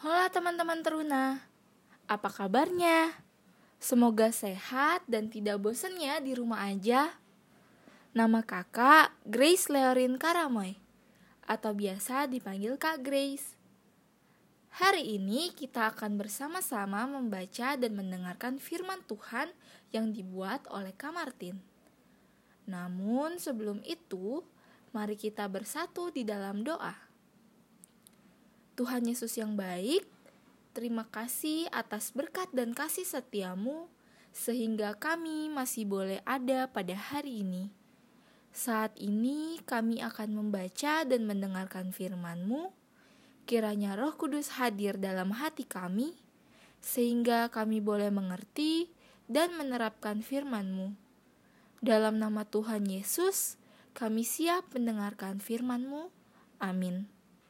Hola teman-teman teruna, apa kabarnya? Semoga sehat dan tidak bosan ya di rumah aja. Nama kakak Grace Leorin Karamoy, atau biasa dipanggil Kak Grace. Hari ini kita akan bersama-sama membaca dan mendengarkan firman Tuhan yang dibuat oleh Kak Martin. Namun sebelum itu, mari kita bersatu di dalam doa. Tuhan Yesus yang baik, terima kasih atas berkat dan kasih setiamu, sehingga kami masih boleh ada pada hari ini. Saat ini kami akan membaca dan mendengarkan firman-Mu. Kiranya Roh Kudus hadir dalam hati kami, sehingga kami boleh mengerti dan menerapkan firman-Mu. Dalam nama Tuhan Yesus, kami siap mendengarkan firman-Mu. Amin.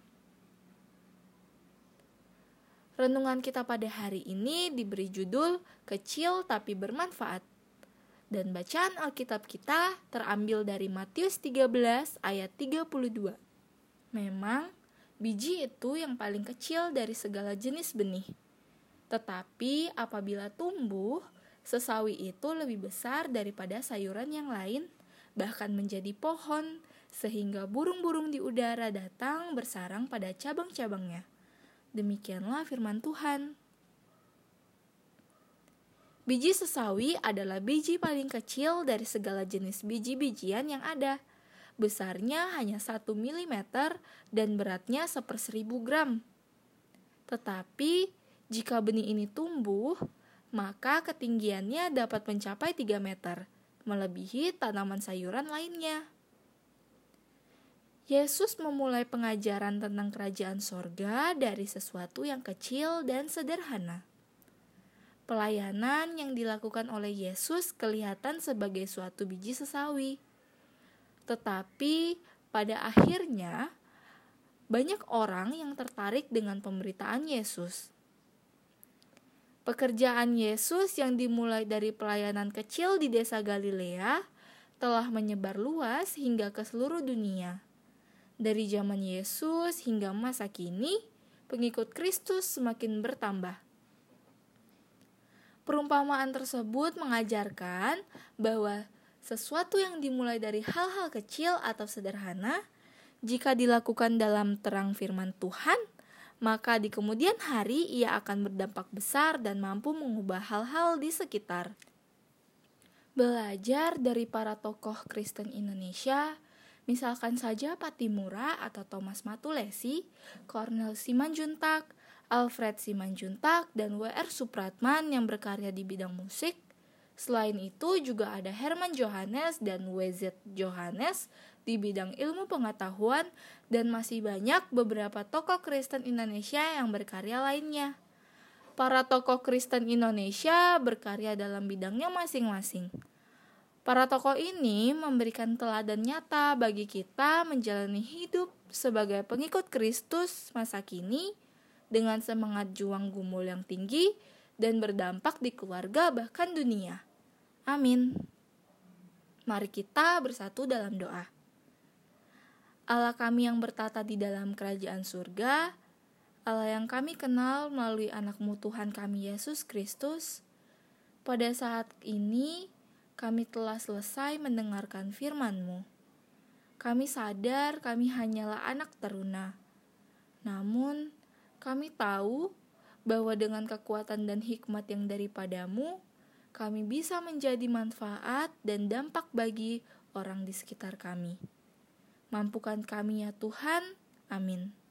Renungan kita pada hari ini diberi judul Kecil Tapi Bermanfaat. Dan bacaan Alkitab kita terambil dari Matius 13 ayat 32. Memang, biji itu yang paling kecil dari segala jenis benih. Tetapi apabila tumbuh, sesawi itu lebih besar daripada sayuran yang lain, bahkan menjadi pohon, sehingga burung-burung di udara datang bersarang pada cabang-cabangnya. Demikianlah firman Tuhan. Biji sesawi adalah biji paling kecil dari segala jenis biji-bijian yang ada. Besarnya hanya 1 mm dan beratnya 1/1000 gram. Tetapi jika benih ini tumbuh, maka ketinggiannya dapat mencapai 3 meter, melebihi tanaman sayuran lainnya. Yesus memulai pengajaran tentang kerajaan sorga dari sesuatu yang kecil dan sederhana. Pelayanan yang dilakukan oleh Yesus kelihatan sebagai suatu biji sesawi. Tetapi pada akhirnya, banyak orang yang tertarik dengan pemberitaan Yesus. Pekerjaan Yesus yang dimulai dari pelayanan kecil di desa Galilea telah menyebar luas hingga ke seluruh dunia. Dari zaman Yesus hingga masa kini, pengikut Kristus semakin bertambah. Perumpamaan tersebut mengajarkan bahwa sesuatu yang dimulai dari hal-hal kecil atau sederhana, jika dilakukan dalam terang firman Tuhan, maka di kemudian hari ia akan berdampak besar dan mampu mengubah hal-hal di sekitar. Belajar dari para tokoh Kristen Indonesia, misalkan saja Pattimura atau Thomas Matulesi, Cornel Simanjuntak, Alfred Simanjuntak, dan W.R. Supratman yang berkarya di bidang musik. Selain itu juga ada Herman Johannes dan W.Z. Johannes di bidang ilmu pengetahuan, dan masih banyak beberapa tokoh Kristen Indonesia yang berkarya lainnya. Para tokoh Kristen Indonesia berkarya dalam bidangnya masing-masing. Para tokoh ini memberikan teladan nyata bagi kita menjalani hidup sebagai pengikut Kristus masa kini dengan semangat juang gumul yang tinggi dan berdampak di keluarga bahkan dunia. Amin. Mari kita bersatu dalam doa. Allah kami yang bertata di dalam kerajaan surga, Allah yang kami kenal melalui anak-Mu Tuhan kami Yesus Kristus, pada saat ini kami telah selesai mendengarkan firman-Mu. Kami sadar kami hanyalah anak teruna. Namun, kami tahu bahwa dengan kekuatan dan hikmat yang daripada-Mu, kami bisa menjadi manfaat dan dampak bagi orang di sekitar kami. Mampukan kami ya Tuhan. Amin.